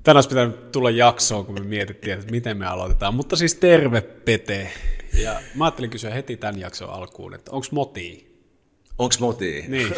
Tänään olisi pitänyt tulla jaksoon, kun me mietittiin, että miten me aloitetaan. Mutta siis terve Pete. Ja mä ajattelin kysyä heti tämän jakson alkuun, että onko motia? Onko motia? Niin.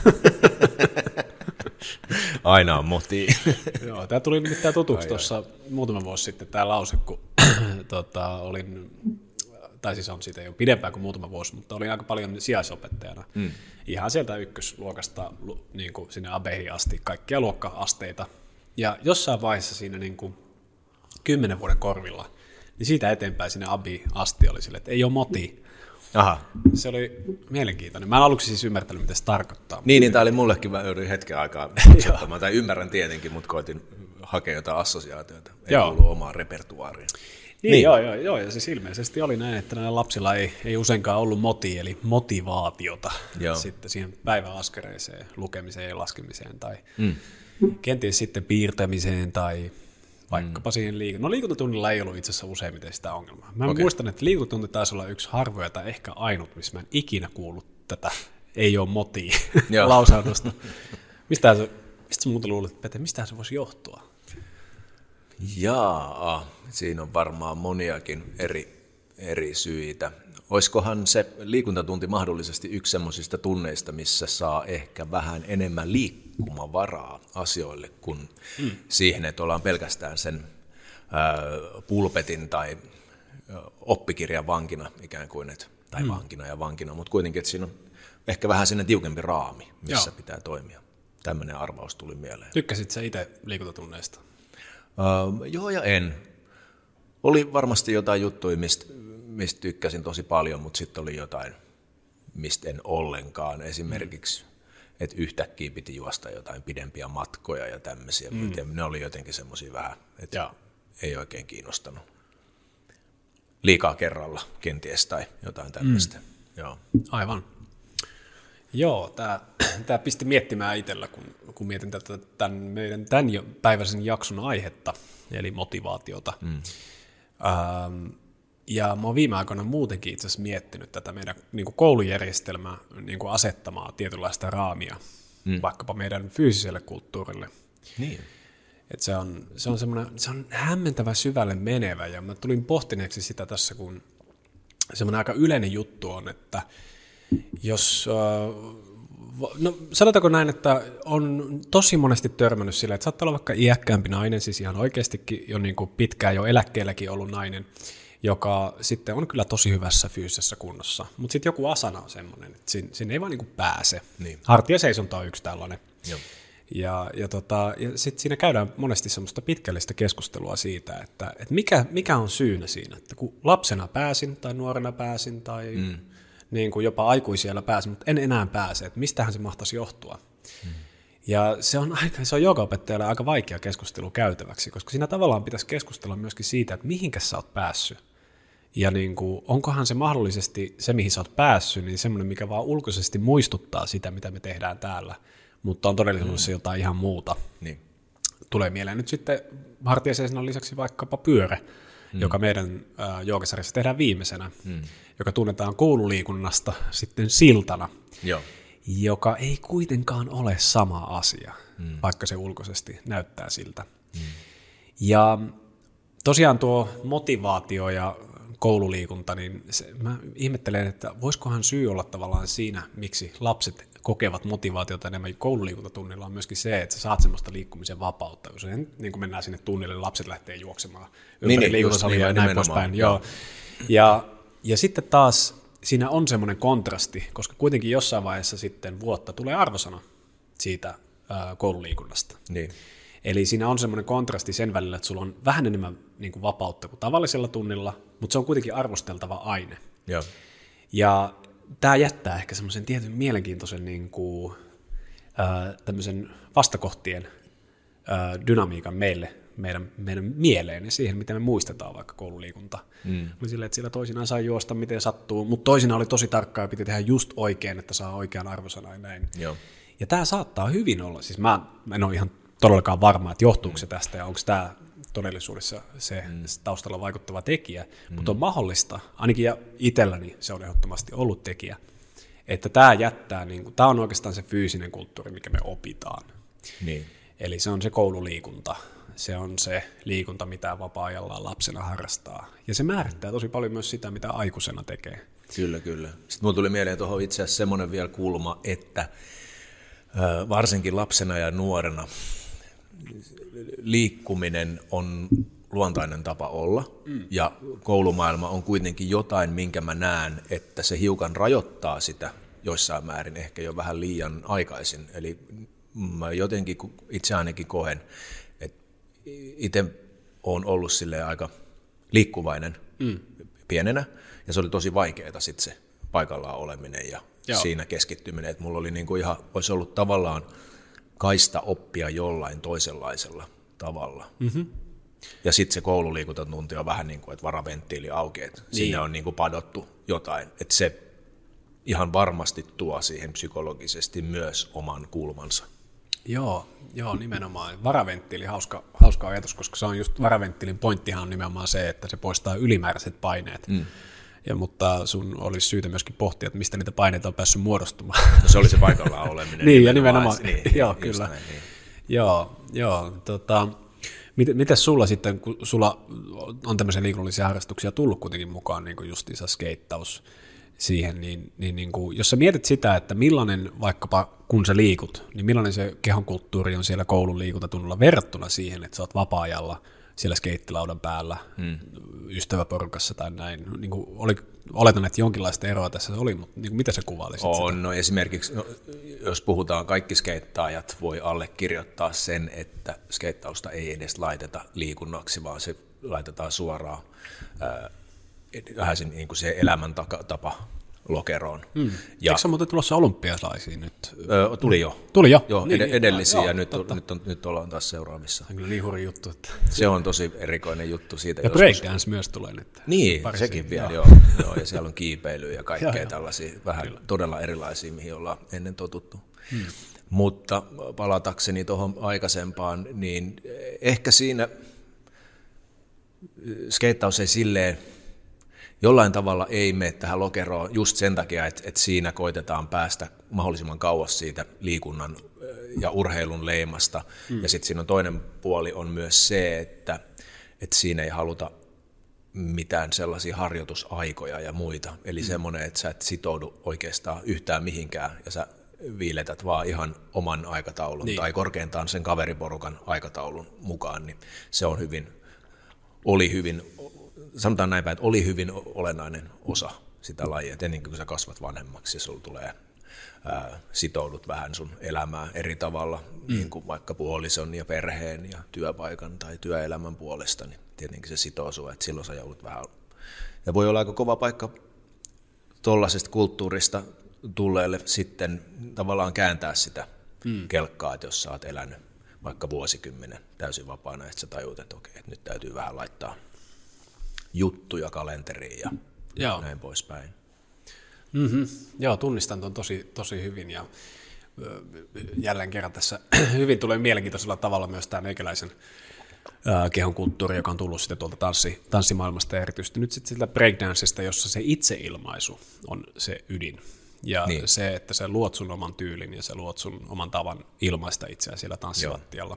Aina on motia. Joo, tämä tuli nimittäin tutuksi tuossa muutama vuosi sitten tämä lause, kun olin, tai siis on siitä jo pidempään kuin muutama vuosi, mutta olin aika paljon sijaisopettajana. Ihan sieltä ykkösluokasta niin kuin sinne abeihin asti, kaikkia luokka-asteita. Ja jossain vaiheessa siinä niin kuin 10 vuoden korvilla, niin siitä eteenpäin sinne abi asti oli sille, että ei ole moti. Aha. Se oli mielenkiintoinen. Mä en aluksi siis ymmärtänyt, mitä se tarkoittaa. Niin tämä oli mullekin, mä joudun hetken aikaa soittamaan, tai ymmärrän tietenkin, mutta koitin hakea jotain assosiaatioita. Ei kuulu omaan repertuaariin. Niin. Joo, ja siis ilmeisesti oli näin, että näillä lapsilla ei useinkaan ollut moti, eli motivaatiota sitten siihen päiväaskareeseen, lukemiseen ja laskemiseen, tai kenties sitten piirtämiseen, tai vaikkapa siihen No liikuntatunnilla ei ollut itse asiassa useimmiten sitä ongelmaa. Mä muistan, että liikuntatunti taisi olla yksi harvoja tai ehkä ainut, missä mä en ikinä kuullut tätä ei ole motia lausaudusta. Mistä sä muuta luulet, Pete, mistä se voisi johtua? Siinä on varmaan moniakin eri syitä. Olisikohan se liikuntatunti mahdollisesti yksi semmoisista tunneista, missä saa ehkä vähän enemmän liikkumavaraa asioille kuin siihen, että ollaan pelkästään sen pulpetin tai oppikirjan vankina ikään kuin, tai vankina, mutta kuitenkin, että siinä on ehkä vähän sinne tiukempi raami, missä pitää toimia. Tämmöinen arvaus tuli mieleen. Tykkäsit sä itse liikuntatunneista? Joo ja en. Oli varmasti jotain juttuja, mistä tykkäsin tosi paljon, mutta sitten oli jotain, mistä en ollenkaan. Esimerkiksi, että yhtäkkiä piti juosta jotain pidempiä matkoja ja tämmöisiä. Ne oli jotenkin semmoisia vähän, että ei oikein kiinnostanut. Liikaa kerralla kenties tai jotain tämmöistä. Joo. Aivan. Joo, tämä pisti miettimään itsellä, kun mietin tämän meidän päiväisen jakson aihetta, eli motivaatiota. Ja mä oon viime aikoina muutenkin itse asiassa miettinyt tätä meidän niin kuin koulujärjestelmää niin kuin asettamaa tietynlaista raamia, vaikkapa meidän fyysiselle kulttuurille. Niin. Et se on hämmentävä syvälle menevä, ja mä tulin pohtineeksi sitä tässä, kun semmoinen aika yleinen juttu on, että jos, sanotaanko näin, että on tosi monesti törmännyt sille, että saattaa olla vaikka iäkkäämpi nainen, siis ihan oikeastikin jo niin kuin pitkään jo eläkkeelläkin ollut nainen, joka sitten on kyllä tosi hyvässä fyysisessä kunnossa, mutta sitten joku asana on semmoinen, että sinne ei vaan niin kuin pääse. Niin. Hartiaseisonta on yksi tällainen. Joo. Ja sitten siinä käydään monesti semmoista pitkällistä keskustelua siitä, että mikä on syynä siinä, että kun lapsena pääsin tai nuorena pääsin tai niin kuin jopa aikuisiellä pääsin, mutta en enää pääse, että mistähän se mahtaisi johtua. Ja se on joogaopettajalle aika vaikea keskustelu käytäväksi, koska siinä tavallaan pitäisi keskustella myöskin siitä, että mihinkä sä oot päässyt. Ja niin kuin, onkohan se mahdollisesti se, mihin sä oot päässyt, niin semmoinen, mikä vaan ulkoisesti muistuttaa sitä, mitä me tehdään täällä, mutta on todellisuudessa jotain ihan muuta. Niin. Tulee mieleen nyt sitten hartiaseisonan lisäksi vaikkapa pyörä, joka meidän joogasarjassa tehdään viimeisenä, joka tunnetaan koululiikunnasta sitten siltana, joka ei kuitenkaan ole sama asia, vaikka se ulkoisesti näyttää siltä. Ja tosiaan tuo motivaatio ja koululiikunta, niin mä ihmettelen, että voisikohan syy olla tavallaan siinä, miksi lapset kokevat motivaatiota enemmän koululiikuntatunnilla on myöskin se, että sä saat semmoista liikkumisen vapautta. Usein niin kun mennään sinne tunnille, lapset lähtee juoksemaan ympäri liikuntasalia ja näin poispäin. Ja sitten taas siinä on semmoinen kontrasti, koska kuitenkin jossain vaiheessa sitten vuotta tulee arvosana siitä koululiikunnasta. Niin. Eli siinä on semmoinen kontrasti sen välillä, että sulla on vähän enemmän niin kuin vapautta kuin tavallisella tunnilla, mutta se on kuitenkin arvosteltava aine. Joo. Ja tämä jättää ehkä semmoisen tietyn mielenkiintoisen niin kuin, tämmöisen vastakohtien dynamiikan meidän mieleen ja siihen, miten me muistetaan vaikka koululiikunta. Oli silleen, että siellä toisinaan saa juosta, miten sattuu, mutta toisinaan oli tosi tarkkaa ja piti tehdä just oikein, että saa oikean arvosanan ja näin. Joo. Ja tämä saattaa hyvin olla, siis mä en ole ihan todellakaan varma, että johtuuko se tästä ja onko tämä todellisuudessa se taustalla vaikuttava tekijä, mutta on mahdollista, ainakin itselläni se on ehdottomasti ollut tekijä, että tämä jättää, tämä on oikeastaan se fyysinen kulttuuri, mikä me opitaan. Niin. Eli se on se koululiikunta, se on se liikunta, mitä vapaa-ajallaan lapsena harrastaa. Ja se määrittää tosi paljon myös sitä, mitä aikuisena tekee. Kyllä. Sitten mulle tuli mieleen tuohon itse asiassa semmoinen vielä kulma, että varsinkin lapsena ja nuorena liikkuminen on luontainen tapa olla, ja koulumaailma on kuitenkin jotain, minkä mä näen, että se hiukan rajoittaa sitä joissain määrin, ehkä jo vähän liian aikaisin. Eli mä jotenkin itse ainakin koen, että itse olen ollut silleen aika liikkuvainen pienenä, ja se oli tosi vaikeaa sitten se paikallaan oleminen ja siinä keskittyminen, että mulla oli niinku ihan, olisi ollut tavallaan kaista oppia jollain toisenlaisella tavalla. Ja sitten se koululiikuntatunti on vähän niin kuin, että varaventtiili auki, että sinne on niin kuin padottu jotain, että se ihan varmasti tuo siihen psykologisesti myös oman kulmansa. Joo, nimenomaan. Varaventtiili, hauska ajatus, koska se on just varaventtiilin pointtihan on nimenomaan se, että se poistaa ylimääräiset paineet. Mutta sun olisi syytä myöskin pohtia, että mistä niitä paineita on päässyt muodostumaan. No se oli se paikallaan oleminen. Niin, ja nimenomaan. Joo, kyllä. Näin, niin. Joo. Miten sulla sitten, kun sulla on tämmöisiä liikunnallisia harrastuksia tullut kuitenkin mukaan, niin kuin justiinsa skeittaus siihen, niin kuin, jos sä mietit sitä, että millainen vaikkapa kun sä liikut, niin millainen se kehonkulttuuri on siellä koulun liikuntatunnolla verrattuna siihen, että sä oot vapaa-ajalla siellä skeittilaudan päällä ystäväporukassa tai näin. Niin kuin oletan, että jonkinlaista eroa tässä oli, mutta niin kuin mitä sä kuvailisit sitä? No esimerkiksi, jos puhutaan, kaikki skeittaajat voi allekirjoittaa sen, että skeittausta ei edes laiteta liikunnaksi, vaan se laitetaan suoraan vähän niin kuin se elämäntapa lokeroon. Eikö se muuten tulossa olympialaisiin nyt? Tuli jo. Joo, niin, edellisiä, ja nyt ollaan taas seuraavissa. Se on kyllä niin hurja juttu. Että... Se on tosi erikoinen juttu siitä. Ja breakdance myös tulee nyt. Niin, sekin vielä, joo. Ja siellä on kiipeilyä ja kaikkea tällaisia, vähän kyllä. Todella erilaisia, mihin ollaan ennen totuttu. Mutta palatakseni tuohon aikaisempaan, niin ehkä siinä skeittaus ei silleen, jollain tavalla ei mene tähän lokeroon just sen takia, että siinä koitetaan päästä mahdollisimman kauas siitä liikunnan ja urheilun leimasta. Ja sitten siinä on toinen puoli on myös se, että siinä ei haluta mitään sellaisia harjoitusaikoja ja muita. Eli semmoinen, että sä et sitoudu oikeastaan yhtään mihinkään ja sä viiletät vaan ihan oman aikataulun tai korkeintaan sen kaveriporukan aikataulun mukaan, niin se on oli hyvin olennainen osa sitä lajia, että ennen kuin sä kasvat vanhemmaksi ja sulla tulee sitoudut vähän sun elämään eri tavalla, niin kuin vaikka puolison ja perheen ja työpaikan tai työelämän puolesta, niin tietenkin se sitoo sua, että silloin sä joudut vähän, ja voi olla aika kova paikka tuollaisesta kulttuurista tulleelle sitten tavallaan kääntää sitä kelkkaa, että jos sä oot elänyt vaikka vuosikymmenen täysin vapaana, että sä tajut, että okei, että nyt täytyy vähän laittaa juttuja kalenteriin ja näin poispäin. Joo, tunnistan tuon tosi hyvin ja jälleen kerran tässä hyvin tulee mielenkiintoisella tavalla myös tämä meikäläisen kehon kulttuuri, joka on tullut sitten tuolta tanssimaailmasta ja erityisesti nyt sitten sitä breakdancesta, jossa se itseilmaisu on se ydin. Ja se, että sä luot sun oman tyylin ja sä luot sun oman tavan ilmaista itseään siellä tanssilattialla.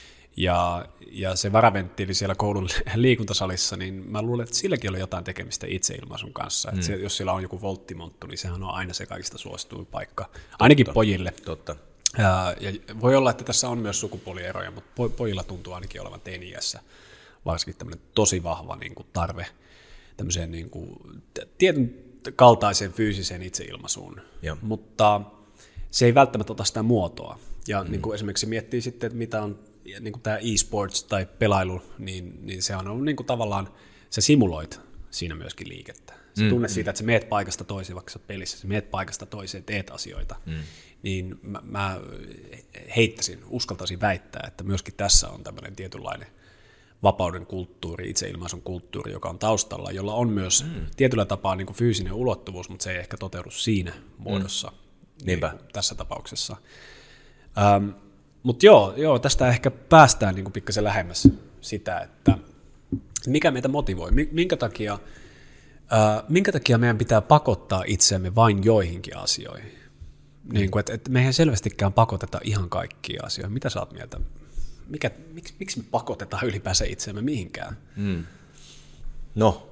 Ja se varaventtiili siellä koulun liikuntasalissa, niin mä luulen, että silläkin oli jotain tekemistä itseilmaisun kanssa. Että jos siellä on joku volttimonttu, niin sehän on aina se kaikista suosituin paikka, ainakin pojille. Totta. Ja voi olla, että tässä on myös sukupuolieroja, mutta pojilla tuntuu ainakin olevan teini-iässä varsinkin tämmöinen tosi vahva niin kuin tarve tämmöiseen niin kuin, tietyn kaltaiseen fyysiseen itseilmaisuun, mutta se ei välttämättä ota sitä muotoa. Ja niin kuin esimerkiksi miettii sitten, että mitä on niin kuin tämä e-sports tai pelailu, niin sehän on niin kuin tavallaan, sä simuloit siinä myöskin liikettä. Se tunne siitä, että sä meet paikasta toiseen, vaikka sä oot pelissä, sä meet paikasta toiseen, teet asioita, niin mä uskaltaisin väittää, että myöskin tässä on tämmöinen tietynlainen vapauden kulttuuri, itseilmaisun kulttuuri, joka on taustalla, jolla on myös tietyllä tapaa niin kuin fyysinen ulottuvuus, mutta se ei ehkä toteudu siinä muodossa niin tässä tapauksessa. Mutta joo, tästä ehkä päästään niin kuin pikkasen lähemmäs sitä, että mikä meitä motivoi, minkä takia meidän pitää pakottaa itseämme vain joihinkin asioihin. Niin kuin, että me eihän selvästikään pakoteta ihan kaikkia asioita. Mitä sä oot mieltä miksi me pakotetaan ylipäänsä itseämme mihinkään? No,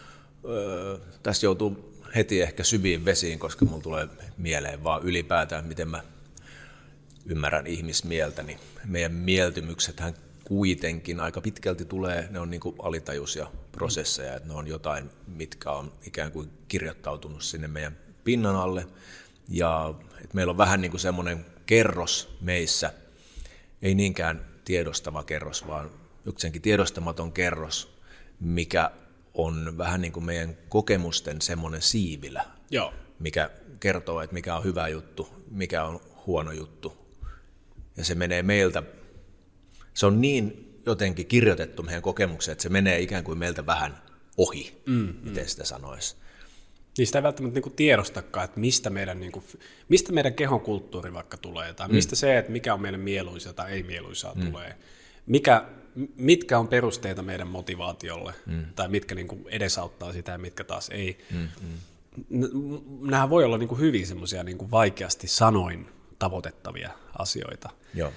tässä joutuu heti ehkä syviin vesiin, koska mulla tulee mieleen vaan ylipäätään, miten mä ymmärrän ihmismieltä, niin meidän mieltymyksethän kuitenkin aika pitkälti tulee, ne on niin kuin alitajuisia prosesseja, että ne on jotain, mitkä on ikään kuin kirjoittautunut sinne meidän pinnan alle, ja että meillä on vähän niin kuin semmoinen kerros meissä, ei niinkään tiedostava kerros, vaan jokseenkin tiedostamaton kerros, mikä on vähän niin kuin meidän kokemusten semmoinen siivilä, Joo. mikä kertoo, että mikä on hyvä juttu, mikä on huono juttu. Ja se menee meiltä, se on niin jotenkin kirjoitettu meidän kokemukseen, että se menee ikään kuin meiltä vähän ohi, miten sitä sanoisi. Niin sitä ei välttämättä niinku tiedostakaan, että mistä meidän kehon kulttuuri vaikka tulee, tai mistä se, että mikä on meille mieluisaa tai ei mieluisaa tulee. Mitkä on perusteita meidän motivaatiolle, tai mitkä niinku edesauttaa sitä ja mitkä taas ei. Nämähän voi olla niinku hyvin semmoisia niinku vaikeasti sanoin tavoitettavia asioita. Joo.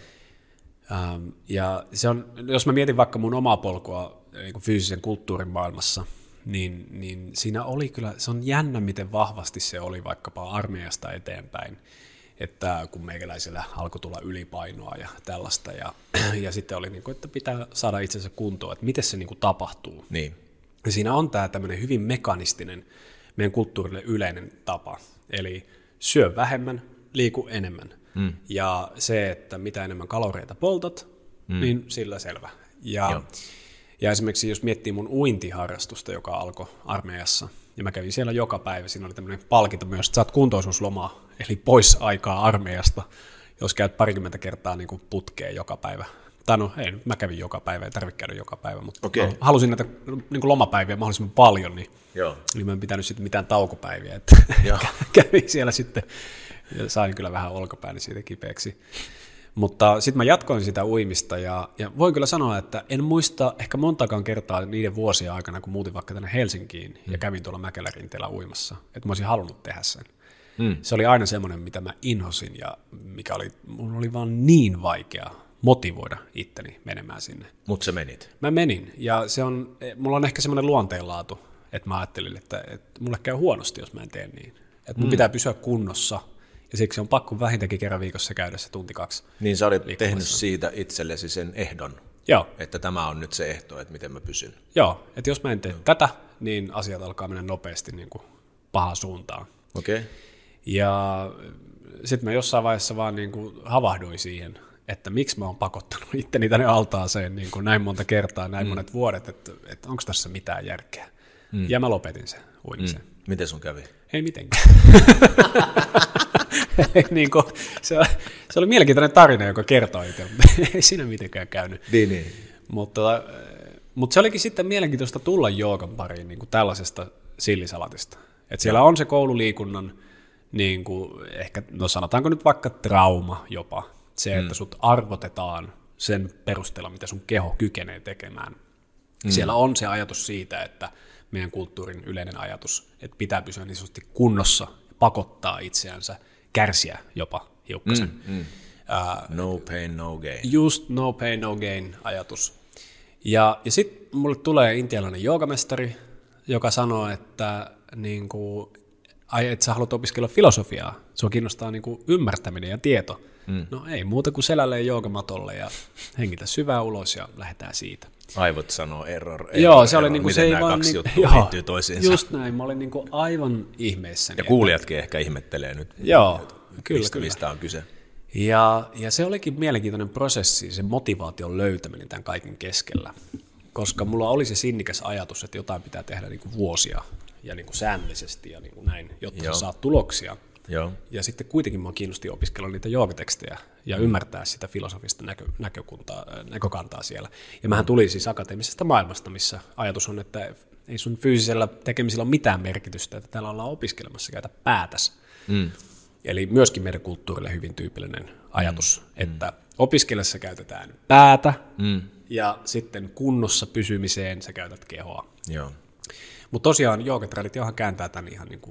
Ja se on, jos mä mietin vaikka mun omaa polkua niinku fyysisen kulttuurin maailmassa, niin siinä oli kyllä, se on jännä, miten vahvasti se oli vaikkapa armeijasta eteenpäin, että kun meikäläisellä alkoi tulla ylipainoa ja tällaista, ja sitten oli, niin kuin, että pitää saada itsensä kuntoon, että miten se niin kuin tapahtuu. Niin. Ja siinä on tämä tämmöinen hyvin mekanistinen, meidän kulttuurille yleinen tapa, eli syö vähemmän, liiku enemmän. Ja se, että mitä enemmän kaloreita poltat, niin sillä selvä. Ja esimerkiksi jos miettii mun uintiharrastusta, joka alkoi armeijassa, ja mä kävin siellä joka päivä, siinä oli tämmöinen palkinto myös, että saat kuntoisuuslomaa, eli pois aikaa armeijasta, jos käyt 20 kertaa niin kuin putkeen joka päivä. Tai no ei, mä kävin joka päivä, ei tarvitse käydä joka päivä, mutta halusin näitä niin kuin lomapäiviä mahdollisimman paljon, niin mä en pitänyt sitten mitään taukopäiviä, että kävin siellä sitten, ja sain kyllä vähän olkapääni siitä kipeäksi. Mutta sitten mä jatkoin sitä uimista ja voin kyllä sanoa, että en muista ehkä montakaan kertaa niiden vuosien aikana, kun muutin vaikka tänne Helsinkiin ja kävin tuolla Mäkelärinteellä uimassa, että mä olisin halunnut tehdä sen. Se oli aina semmoinen, mitä mä inhosin ja mun oli vaan niin vaikea motivoida itteni menemään sinne. Mutta sä menit? Mä menin ja mulla on ehkä semmoinen luonteenlaatu, että mä ajattelin, että mulle käy huonosti, jos mä en tee niin. Että mun pitää pysyä kunnossa. Ja siksi on pakko vähintäänkin kerran viikossa käydä se 1-2. Niin sä olit tehnyt siitä itsellesi sen ehdon, Joo. Että tämä on nyt se ehto, että miten mä pysyn. Joo, että jos mä en tee tätä, niin asiat alkaa mennä nopeasti niin kuin pahaan suuntaan. Okei. Ja sitten mä jossain vaiheessa vaan niin kuin havahduin siihen, että miksi mä oon pakottanut itteni tänne altaaseen niin kuin näin monta kertaa, näin monet vuodet, että onko tässä mitään järkeä. Ja mä lopetin sen uimisen. Miten sun kävi? Ei mitenkään. Niin kuin, se oli mielenkiintoinen tarina, joka kertoi itse, mutta ei siinä mitenkään käynyt. Niin. Mutta se olikin sitten mielenkiintoista tulla joogan pariin niin kuin tällaisesta sillisalatista. Että siellä on se koululiikunnan, niin kuin ehkä, no sanotaanko nyt vaikka trauma jopa, se, että sut arvotetaan sen perusteella, mitä sun keho kykenee tekemään. Siellä on se ajatus siitä, että meidän kulttuurin yleinen ajatus, että pitää pysyä niin sanotusti kunnossa, pakottaa itseänsä, kärsiä jopa hiukkasen. No pain, no gain. Just no pain, no gain ajatus. Ja sitten mulle tulee intialainen joogamestari, joka sanoo, että niinku, et sä haluat opiskella filosofiaa, sua kiinnostaa niinku ymmärtäminen ja tieto. No ei muuta kuin selälleen joogamatolle ja hengitä syvää ulos ja lähdetään siitä. Aivot sanoo error. Joo, se oli niinku, miten se ei nämä vaan kaksi niinku, juttua liittyy toisiinsa. Just näin, mä olin niinku aivan ihmeissäni. Ja kuulijatkin ehkä ihmettelee nyt, mistä on kyse. Ja se olikin mielenkiintoinen prosessi, se motivaation löytäminen tämän kaiken keskellä. Koska mulla oli se sinnikäs ajatus, että jotain pitää tehdä niinku vuosia ja niinku säännöllisesti ja niinku näin, jotta sä saat tuloksia. Joo. Ja sitten kuitenkin mua kiinnosti opiskella niitä joogatekstejä ja ymmärtää sitä filosofista näkökantaa siellä. Ja mähän tulin siis akateemisesta maailmasta, missä ajatus on, että ei sun fyysisellä tekemisellä ole mitään merkitystä, että täällä ollaan opiskelemassa, käytä päätäs. Eli myöskin meidän kulttuurille hyvin tyypillinen ajatus, että opiskellessa käytetään päätä ja sitten kunnossa pysymiseen sä käytät kehoa. Mutta tosiaan joogatraditiohan kääntää tämän ihan niin kuin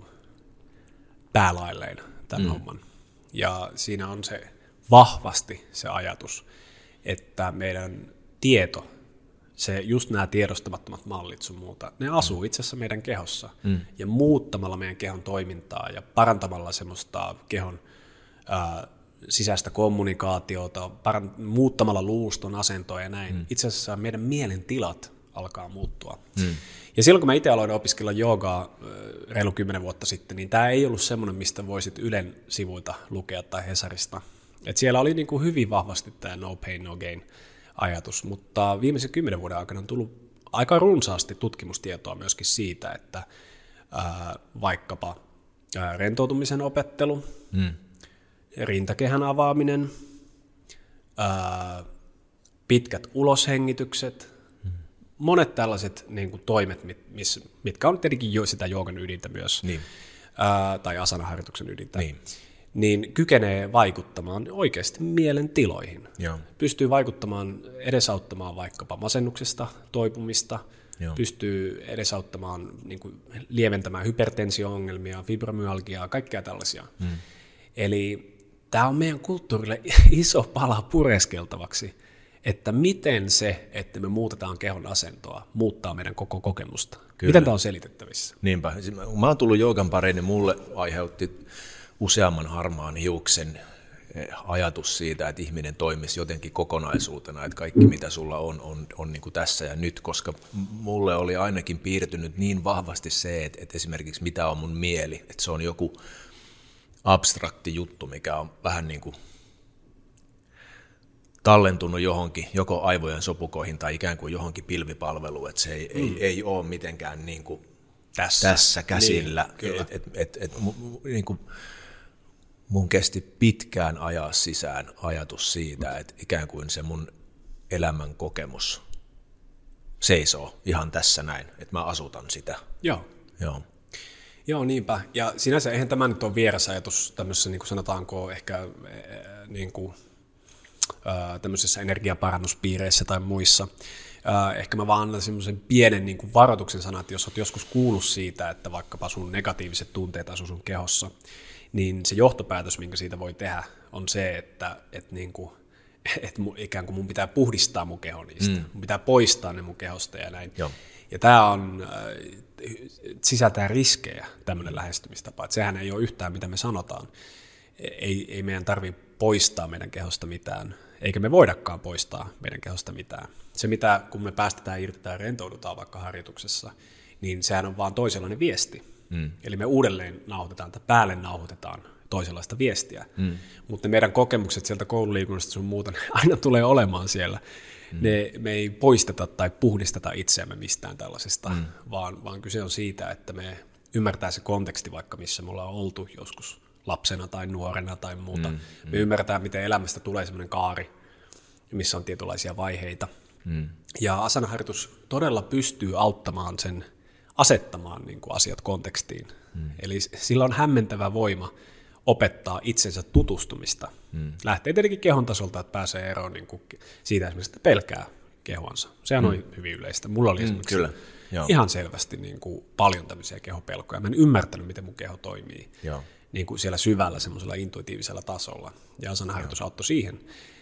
päälailleen tämän homman. Ja siinä on se vahvasti se ajatus, että meidän tieto, just nämä tiedostamattomat mallit sun muuta, ne asuu itse asiassa meidän kehossa. Ja muuttamalla meidän kehon toimintaa ja parantamalla semmoista kehon sisäistä kommunikaatiota, muuttamalla luuston asentoa ja näin, itse asiassa meidän mielen tilat alkaa muuttua. Ja silloin kun mä itse aloin opiskella joogaa reilu 10 vuotta sitten, niin tämä ei ollut semmoinen, mistä voisit Ylen sivuilta lukea tai Hesarista. Et siellä oli niin kuin hyvin vahvasti tämä no pain, no gain ajatus, mutta viimeisen 10 vuoden aikana on tullut aika runsaasti tutkimustietoa myöskin siitä, että vaikkapa rentoutumisen opettelu, rintakehän avaaminen, pitkät uloshengitykset, monet tällaiset niin kuin toimet, mitkä on tietenkin jo sitä joogan ydintä myös, tai asanaharjoituksen ydintä, niin kykenee vaikuttamaan oikeasti mielen tiloihin. Joo. Pystyy vaikuttamaan, edesauttamaan vaikkapa masennuksesta toipumista, pystyy edesauttamaan, niin kuin lieventämään hypertensio-ongelmia, fibromyalgiaa, kaikkea tällaisia. Eli tämä on meidän kulttuurille iso pala pureskeltavaksi, että miten se, että me muutetaan kehon asentoa, muuttaa meidän koko kokemusta. Kyllä. Miten tämä on selitettävissä? Niinpä. Mä oon tullut joogan pariin, niin mulle aiheutti useamman harmaan hiuksen ajatus siitä, että ihminen toimisi jotenkin kokonaisuutena, että kaikki mitä sulla on niin kuin tässä ja nyt, koska mulle oli ainakin piirtynyt niin vahvasti se, että esimerkiksi mitä on mun mieli, että se on joku abstrakti juttu, mikä on vähän niin kuin tallentunut johonkin, joko aivojen sopukoihin tai ikään kuin johonkin pilvipalveluun, että se ei ole mitenkään niin kuin tässä käsillä. Niin kuin mun kesti pitkään ajaa sisään ajatus siitä, että ikään kuin se mun elämän kokemus seisoo ihan tässä näin, että mä asutan sitä. Joo, niinpä. Ja sinänsä eihän tämä nyt ole vieras ajatus tämmöisessä, niin kuin sanotaanko, ehkä niin kuin, tämmöisessä energiaparannuspiireissä tai muissa. Ehkä mä vaan annan semmoisen pienen niin kuin varoituksen sanan, että jos olet joskus kuullut siitä, että vaikkapa sun negatiiviset tunteet asuu sun kehossa, niin se johtopäätös, minkä siitä voi tehdä, on se, että ikään kuin mun pitää puhdistaa mun keho niistä. Mun pitää poistaa ne mun kehosta ja näin. Joo. Ja tämä sisältää riskejä, tämmöinen lähestymistapa. Että sehän ei ole yhtään, mitä me sanotaan. Ei meidän tarvitse poistaa meidän kehosta mitään, eikä me voidakaan poistaa meidän kehosta mitään. Se, mitä kun me päästetään irti tai rentoudutaan vaikka harjoituksessa, niin sehän on vaan toisenlainen viesti. Eli me uudelleen nauhoitetaan tai päälle nauhoitetaan toisenlaista viestiä. Mutta meidän kokemukset sieltä koululiikunnasta sun muuta aina tulee olemaan siellä. Me ei poisteta tai puhdisteta itseämme mistään tällaisesta, vaan kyse on siitä, että me ymmärtää se konteksti vaikka missä me ollaan oltu joskus lapsena tai nuorena tai muuta. Me ymmärretään, miten elämästä tulee sellainen kaari, missä on tietynlaisia vaiheita. Ja asanaharjoitus todella pystyy auttamaan sen asettamaan niin kuin asiat kontekstiin. Eli sillä on hämmentävä voima opettaa itsensä tutustumista. Lähtee tietenkin kehon tasolta, että pääsee eroon niin kuin siitä esimerkiksi, että pelkää kehoansa. Sehän on hyvin yleistä. Mulla oli esimerkiksi ihan selvästi niin kuin paljon tämmöisiä kehopelkoja. Mä en ymmärtänyt, miten mun keho toimii niin kuin siellä syvällä semmoisella intuitiivisella tasolla. Ja asanaharjoitus auttoi siihen.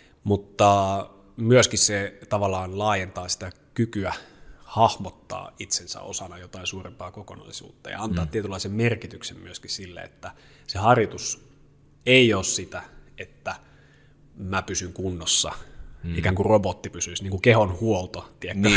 Mutta myöskin se tavallaan laajentaa sitä kykyä hahmottaa itsensä osana jotain suurempaa kokonaisuutta ja antaa tietynlaisen merkityksen myöskin sille, että se harjoitus ei ole sitä, että mä pysyn kunnossa, ikään kuin robotti pysyisi, niin kuin kehon huolto.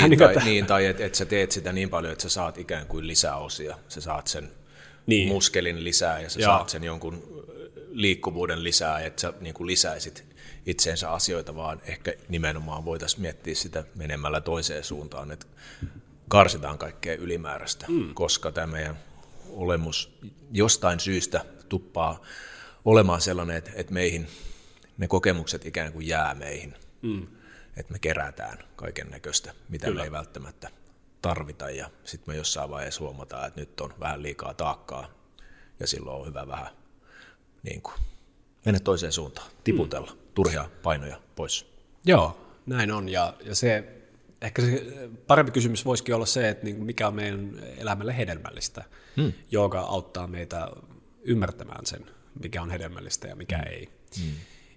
Tai että sä teet sitä niin paljon, että sä saat ikään kuin lisäosia, sä saat sen muskelin lisää ja sä saat sen jonkun liikkuvuuden lisää, että sä niin kuin lisäisit itseensä asioita, vaan ehkä nimenomaan voitaisiin miettiä sitä menemällä toiseen suuntaan, että karsitaan kaikkea ylimääräistä, koska tämä meidän olemus jostain syystä tuppaa olemaan sellainen, että meihin ne kokemukset ikään kuin jää meihin, että me kerätään kaiken näköistä, mitä me ei välttämättä tarvita, ja sitten me jossain vaiheessa huomataan, että nyt on vähän liikaa taakkaa, ja silloin on hyvä vähän niin kuin mennä toiseen suuntaan, tiputella turhia painoja pois. Joo, näin on, ja se ehkä se parempi kysymys voisikin olla se, että mikä on meidän elämälle hedelmällistä. Jooga auttaa meitä ymmärtämään sen, mikä on hedelmällistä ja mikä ei.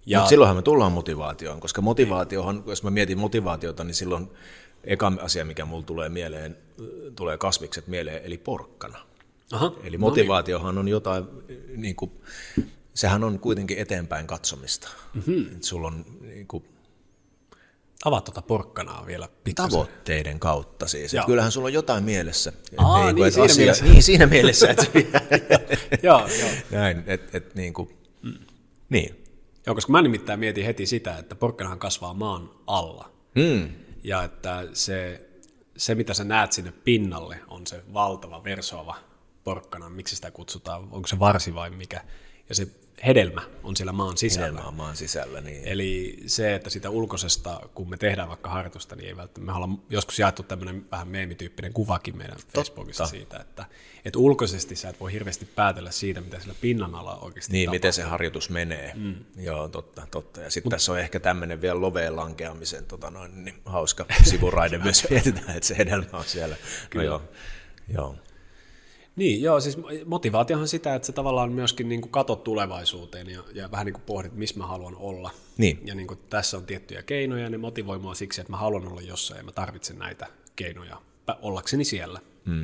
Mutta silloinhan me tullaan motivaatioon, koska motivaatiohan, jos mä mietin motivaatiota, niin silloin eka asia, mikä mulla tulee mieleen, tulee kasvikset mieleen, eli porkkana. Aha, eli motivaatiohan on jotain, niin kuin, sehän on kuitenkin eteenpäin katsomista. Et sulla on niin kuin, avaa tuota porkkanaa vielä pikkasen. Tavoitteiden kautta siis. Kyllähän sulla on jotain mielessä. Siinä mielessä. Että Joo. Näin, niin kuin, niin. Joo, koska mä nimittäin mietin heti sitä, että porkkanahan kasvaa maan alla. Ja että se, mitä sä näet sinne pinnalle, on se valtava versoava porkkana. Miksi sitä kutsutaan? Onko se varsi vai mikä? Ja se hedelmä on siellä maan sisällä. Hedelmä on maan sisällä, niin. Eli se, että sitä ulkoisesta, kun me tehdään vaikka harjoitusta, niin ei välttämättä. Me ollaan joskus jaettu tämmöinen vähän meemityyppinen kuvakin meidän Facebookissa siitä, että ulkoisesti sä et voi hirveästi päätellä siitä, mitä sillä pinnan alla oikeasti niin, tapahtuu. miten se harjoitus menee. Joo, totta. Ja sitten tässä on ehkä tämmöinen vielä loveen lankeamisen niin hauska sivuraide myös mietitään, että se hedelmä on siellä. Kyllä. Joo. Niin, joo, siis motivaatiohan sitä, että sä tavallaan myöskin niin kuin katot tulevaisuuteen ja vähän niin kuin pohdit, missä mä haluan olla. Niin. Ja niin kuin tässä on tiettyjä keinoja, ja ne motivoi mua siksi, että mä haluan olla jossain ja mä tarvitsen näitä keinoja ollakseni siellä.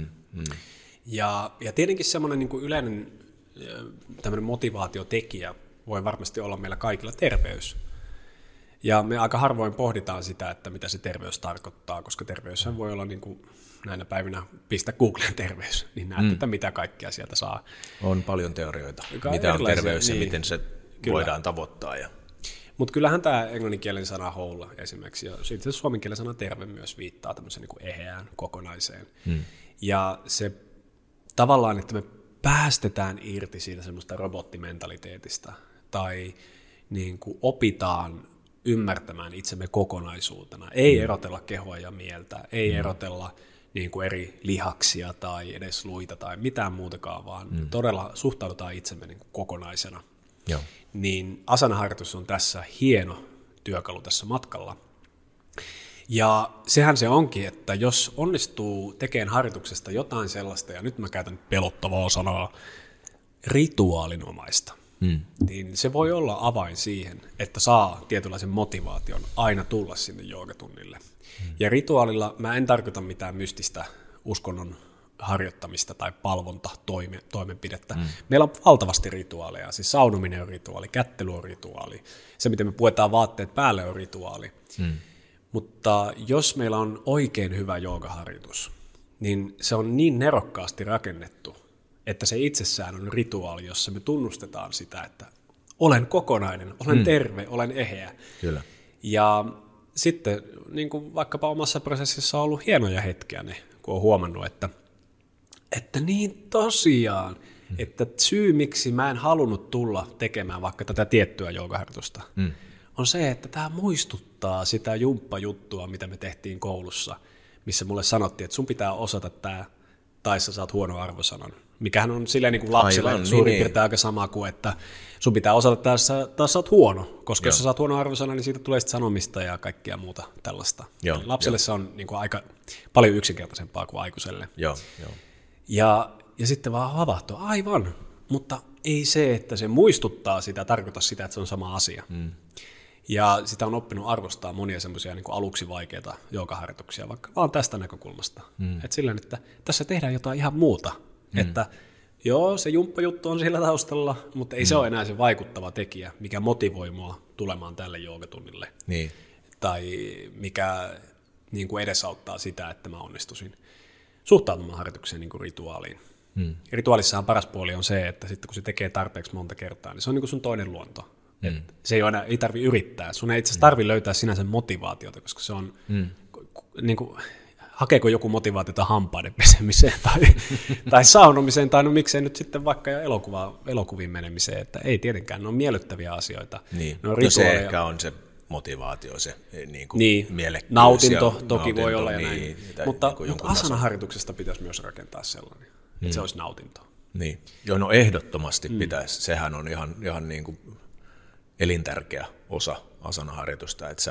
Ja tietenkin semmoinen niin kuin yleinen tämmöinen motivaatiotekijä voi varmasti olla meillä kaikilla terveys. Ja me aika harvoin pohditaan sitä, että mitä se terveys tarkoittaa, koska terveyshän voi olla niin kuin näinä päivinä pistä Googlen terveys, niin näet, että mitä kaikkea sieltä saa. On paljon teorioita, mitä on terveys ja miten se voidaan tavoittaa. Mutta kyllähän tämä englanninkielinen sana whole esimerkiksi, ja sitten suomenkielinen sana terve myös viittaa tämmöiseen niin kuin eheään, kokonaiseen. Ja se tavallaan, että me päästetään irti siitä semmoista robottimentaliteetista, tai niin kuin opitaan ymmärtämään itsemme kokonaisuutena. Ei erotella kehoa ja mieltä, ei erotella niin kuin eri lihaksia tai edes luita tai mitään muutakaan, vaan todella suhtaudutaan itsemme niin kuin kokonaisena. Joo. Niin asanaharjoitus on tässä hieno työkalu tässä matkalla. Ja sehän se onkin, että jos onnistuu tekemään harjoituksesta jotain sellaista, ja nyt mä käytän pelottavaa sanaa, rituaalinomaista, niin se voi olla avain siihen, että saa tietynlaisen motivaation aina tulla sinne joogatunnille. Ja rituaalilla mä en tarkoita mitään mystistä uskonnon harjoittamista tai toimenpidettä. Meillä on valtavasti rituaaleja, siis saunominen on rituaali, kättely on rituaali, se miten me puetaan vaatteet päälle on rituaali. Mutta jos meillä on oikein hyvä joogaharjoitus, niin se on niin nerokkaasti rakennettu, että se itsessään on rituaali, jossa me tunnustetaan sitä, että olen kokonainen, olen terve, olen eheä. Kyllä. Ja sitten niin kuin vaikkapa omassa prosessissa on ollut hienoja hetkiä ne, kun on huomannut, että niin tosiaan, että syy miksi mä en halunnut tulla tekemään vaikka tätä tiettyä joogaharjoitusta, on se, että tämä muistuttaa sitä jumppajuttua, mitä me tehtiin koulussa, missä mulle sanottiin, että sun pitää osata tämä, tai sä saat huono arvosanan. Mikähän on silleen niin kuin lapsille aivan, suurin piirtein aika sama kuin, että sun pitää osata taas sä oot huono, koska jos sä saat huono arvosana, niin siitä tulee sitten sanomista ja kaikkea muuta tällaista. Lapselle se on niin kuin aika paljon yksinkertaisempaa kuin aikuiselle. Ja sitten vaan havahtua, aivan, mutta ei se, että se muistuttaa sitä, tarkoita sitä, että se on sama asia. Ja sitä on oppinut arvostaa monia semmoisia niin kuin aluksi vaikeita joogaharjoituksia, vaikka vaan tästä näkökulmasta. Että silleen, että tässä tehdään jotain ihan muuta. Että joo, se jumppajuttu on sillä taustalla, mutta ei se ole enää se vaikuttava tekijä, mikä motivoi mua tulemaan tälle joogatunnille. Niin. Tai mikä niin kuin edesauttaa sitä, että mä onnistuisin suhtautumaan harjoitukseen niin kuin rituaaliin. Rituaalissahan paras puoli on se, että sitten kun se tekee tarpeeksi monta kertaa, niin se on niin kuin sun toinen luonto. Se ei tarvitse yrittää. Sun ei itse asiassa tarvitse löytää sinänsä motivaatiota, koska se on, niin kuin, hakeeko joku motivaatiota hampaiden pesemiseen tai saunomiseen, tai no miksei nyt sitten vaikka elokuviin menemiseen, että ei tietenkään, ne on miellyttäviä asioita. Niin. Ne on se ehkä on se motivaatio, se mielekkyys. Nautinto toki voi olla ja niin, näin, mutta asanaharjoituksesta pitäisi myös rakentaa sellainen, että se olisi nautinto. Niin. Joo, no ehdottomasti pitäisi. Sehän on ihan niin kuin elintärkeä osa asanaharjoitusta. Että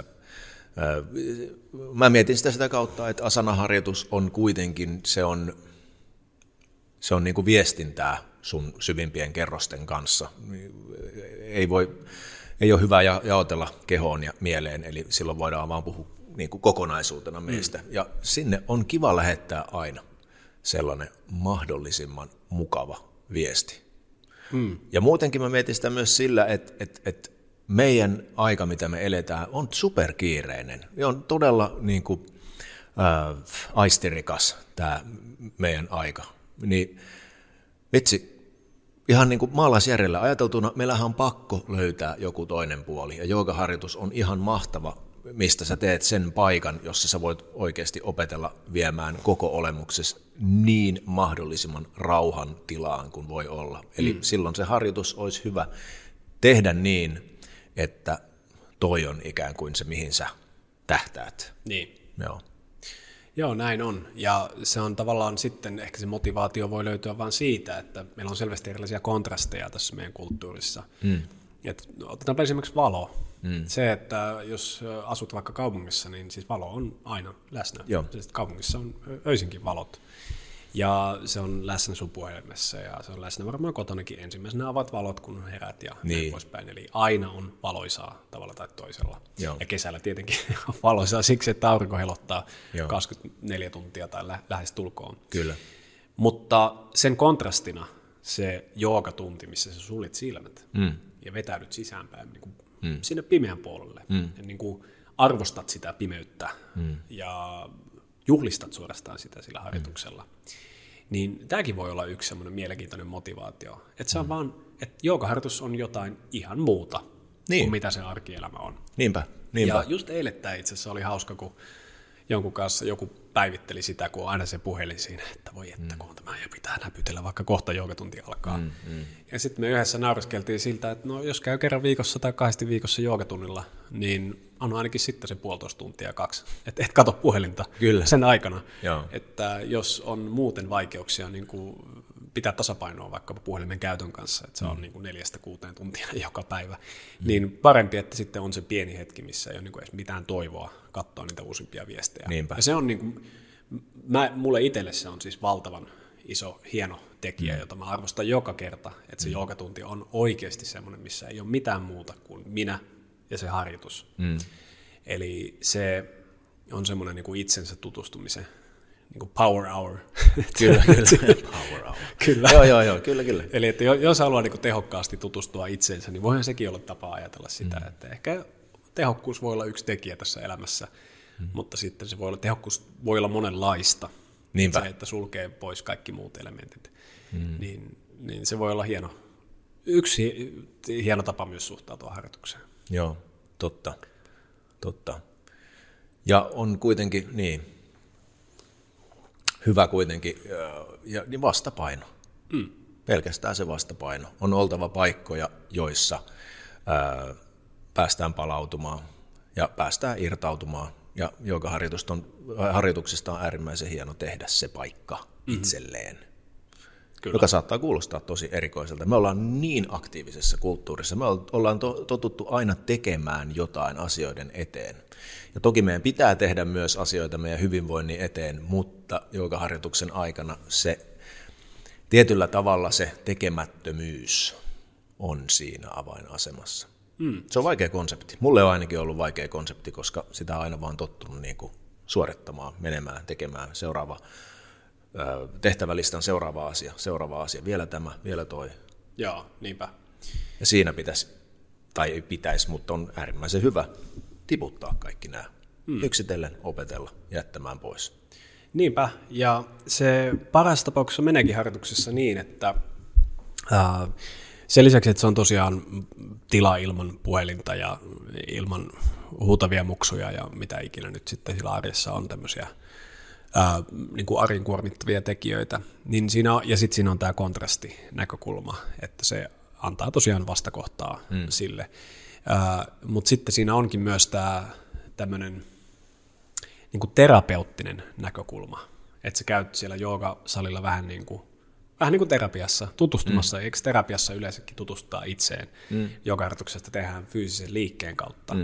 mä mietin sitä kautta, että asanaharjoitus on kuitenkin, se on niin kuin viestintää sun syvimpien kerrosten kanssa. ei ole hyvä jaotella kehoon ja mieleen, eli silloin voidaan vaan puhua niin kuin kokonaisuutena meistä. Ja sinne on kiva lähettää aina sellainen mahdollisimman mukava viesti. Ja muutenkin mä mietin sitä myös sillä, että meidän aika, mitä me eletään, on superkiireinen. Ja on todella niin kuin, aistirikas tämä meidän aika. Niin vitsi, ihan niin kuin maalaisjärjellä ajateltuna, meillähän on pakko löytää joku toinen puoli. Ja joogaharjoitus on ihan mahtava, mistä sä teet sen paikan, jossa sä voit oikeasti opetella viemään koko olemuksessa niin mahdollisimman rauhan tilaan kuin voi olla. Eli silloin se harjoitus olisi hyvä tehdä niin, että toi on ikään kuin se, mihin sä tähtäät. Niin. Joo. Joo, näin on. Ja se on tavallaan sitten, ehkä se motivaatio voi löytyä vain siitä, että meillä on selvästi erilaisia kontrasteja tässä meidän kulttuurissa. Et otetaanpa esimerkiksi valo. Se, että jos asut vaikka kaupungissa, niin siis valo on aina läsnä. Siis kaupungissa on öisinkin valot. Ja se on läsnä sun puhelimessa ja se on läsnä varmaan kotonakin. Ensimmäisenä avat valot, kun herät ja näin poispäin. Eli aina on valoisaa tavalla tai toisella. Joo. Ja kesällä tietenkin on valoisaa siksi, että aurinko helottaa 24 tuntia tai lähes tulkoon. Kyllä. Mutta sen kontrastina se joogatunti, missä sä suljet silmät ja vetäydyt sisäänpäin niin kuin sinne pimeän puolelle. Ja niin kuin arvostat sitä pimeyttä ja juhlistat suorastaan sitä sillä harjoituksella. Niin tämäkin voi olla yksi semmoinen mielenkiintoinen motivaatio. Että se on vaan, että joogaharjoitus on jotain ihan muuta kuin mitä se arkielämä on. Niinpä. Ja just eilettäin itse asiassa oli hauska, kun jonkun kanssa joku päivitteli sitä, kun on aina se puhelin siinä, että voi että kun on tämä ja pitää näpytellä, vaikka kohta joogatunti alkaa. Ja sitten me yhdessä naureskeltiin siltä, että no jos käy kerran viikossa tai 2 viikossa joogatunnilla, niin on ainakin sitten se 1,5 tuntia 2. Että et kato puhelinta sen aikana. Joo. Että jos on muuten vaikeuksia niin kuin pitää tasapainoa vaikkapa puhelimen käytön kanssa, että se on niin kuin 4-6 tuntia joka päivä, niin parempi, että sitten on se pieni hetki, missä ei ole niin kuin edes mitään toivoa katsoa niitä uusimpia viestejä. Niinpä. Ja se on niin kuin, mulle itselle se on siis valtavan iso, hieno tekijä, jota mä arvostan joka kerta, että se joogatunti on oikeasti semmoinen, missä ei ole mitään muuta kuin minä ja se harjoitus. Eli se on semmoinen niin kuin itsensä tutustumisen niin kuin power hour. Kyllä. Power hour. Kyllä. Joo, kyllä. Eli että jos haluaa niin kuin tehokkaasti tutustua itseensä, niin voihan sekin olla tapa ajatella sitä, että ehkä tehokkuus voi olla yksi tekijä tässä elämässä, mutta sitten se voi olla, tehokkuus voi olla monenlaista. Niinpä. Se, että sulkee pois kaikki muut elementit, niin se voi olla yksi hieno tapa myös suhtautua harjoitukseen. Joo, totta. Ja on kuitenkin hyvä kuitenkin, niin vastapaino. Pelkästään se vastapaino. On oltava paikkoja, joissa päästään palautumaan ja päästään irtautumaan. Ja joogaharjoituksesta on äärimmäisen hieno tehdä se paikka itselleen. Kyllä. Joka saattaa kuulostaa tosi erikoiselta. Me ollaan niin aktiivisessa kulttuurissa. Me ollaan totuttu aina tekemään jotain asioiden eteen. Ja toki meidän pitää tehdä myös asioita meidän hyvinvoinnin eteen, mutta joogaharjoituksen aikana se tietyllä tavalla se tekemättömyys on siinä avainasemassa. Se on vaikea konsepti. Mulle on ainakin ollut vaikea konsepti, koska sitä on aina vaan tottunut niin kuin suorittamaan, menemään, tekemään tehtävälistan seuraava asia, vielä tämä, vielä toi. Joo, niinpä. Ja siinä ei pitäisi, mutta on äärimmäisen hyvä tiputtaa kaikki nämä. Yksitellen opetella, jättämään pois. Niinpä, ja se paras tapauksessa meneekin harjoituksessa niin, että sen lisäksi, että se on tosiaan tila ilman puhelinta ja ilman huutavia muksuja ja mitä ikinä nyt sitten sillä arjessa on tämmöisiä niin kuin arjen kuormittavia tekijöitä, niin ja sitten siinä on tämä kontrastinäkökulma, että se antaa tosiaan vastakohtaa sille. Mutta sitten siinä onkin myös tämä tämmöinen niin kuin terapeuttinen näkökulma, että sä käyt siellä joogasalilla vähän niin kuin terapiassa, tutustumassa, eikö terapiassa yleensäkin tutustaa itseen? Joogaharjoituksesta tehdään fyysisen liikkeen kautta.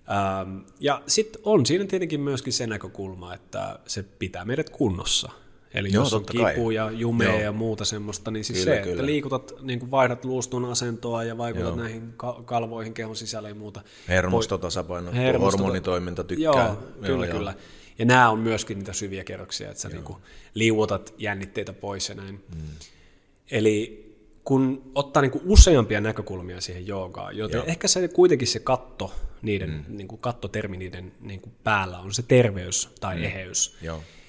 Ja sitten on siinä tietenkin myöskin se näkökulma, että se pitää meidät kunnossa. Eli jos on kipu ja jumea ja muuta semmoista, niin siis kyllä, että liikutat, niin kuin vaihdat luustun asentoa ja vaikutat näihin kalvoihin kehon sisällä ja muuta. Hermostotasapaino, hormonitoiminta tykkää. Kyllä. Ja nämä on myöskin niitä syviä kerroksia, että sä niin kuin liuotat jännitteitä pois ja näin. Eli kun ottaa niin kuin useampia näkökulmia siihen joogaan, joten ehkä se kuitenkin se katto, niin kuin kattotermi niiden niin kuin päällä on se terveys tai eheys.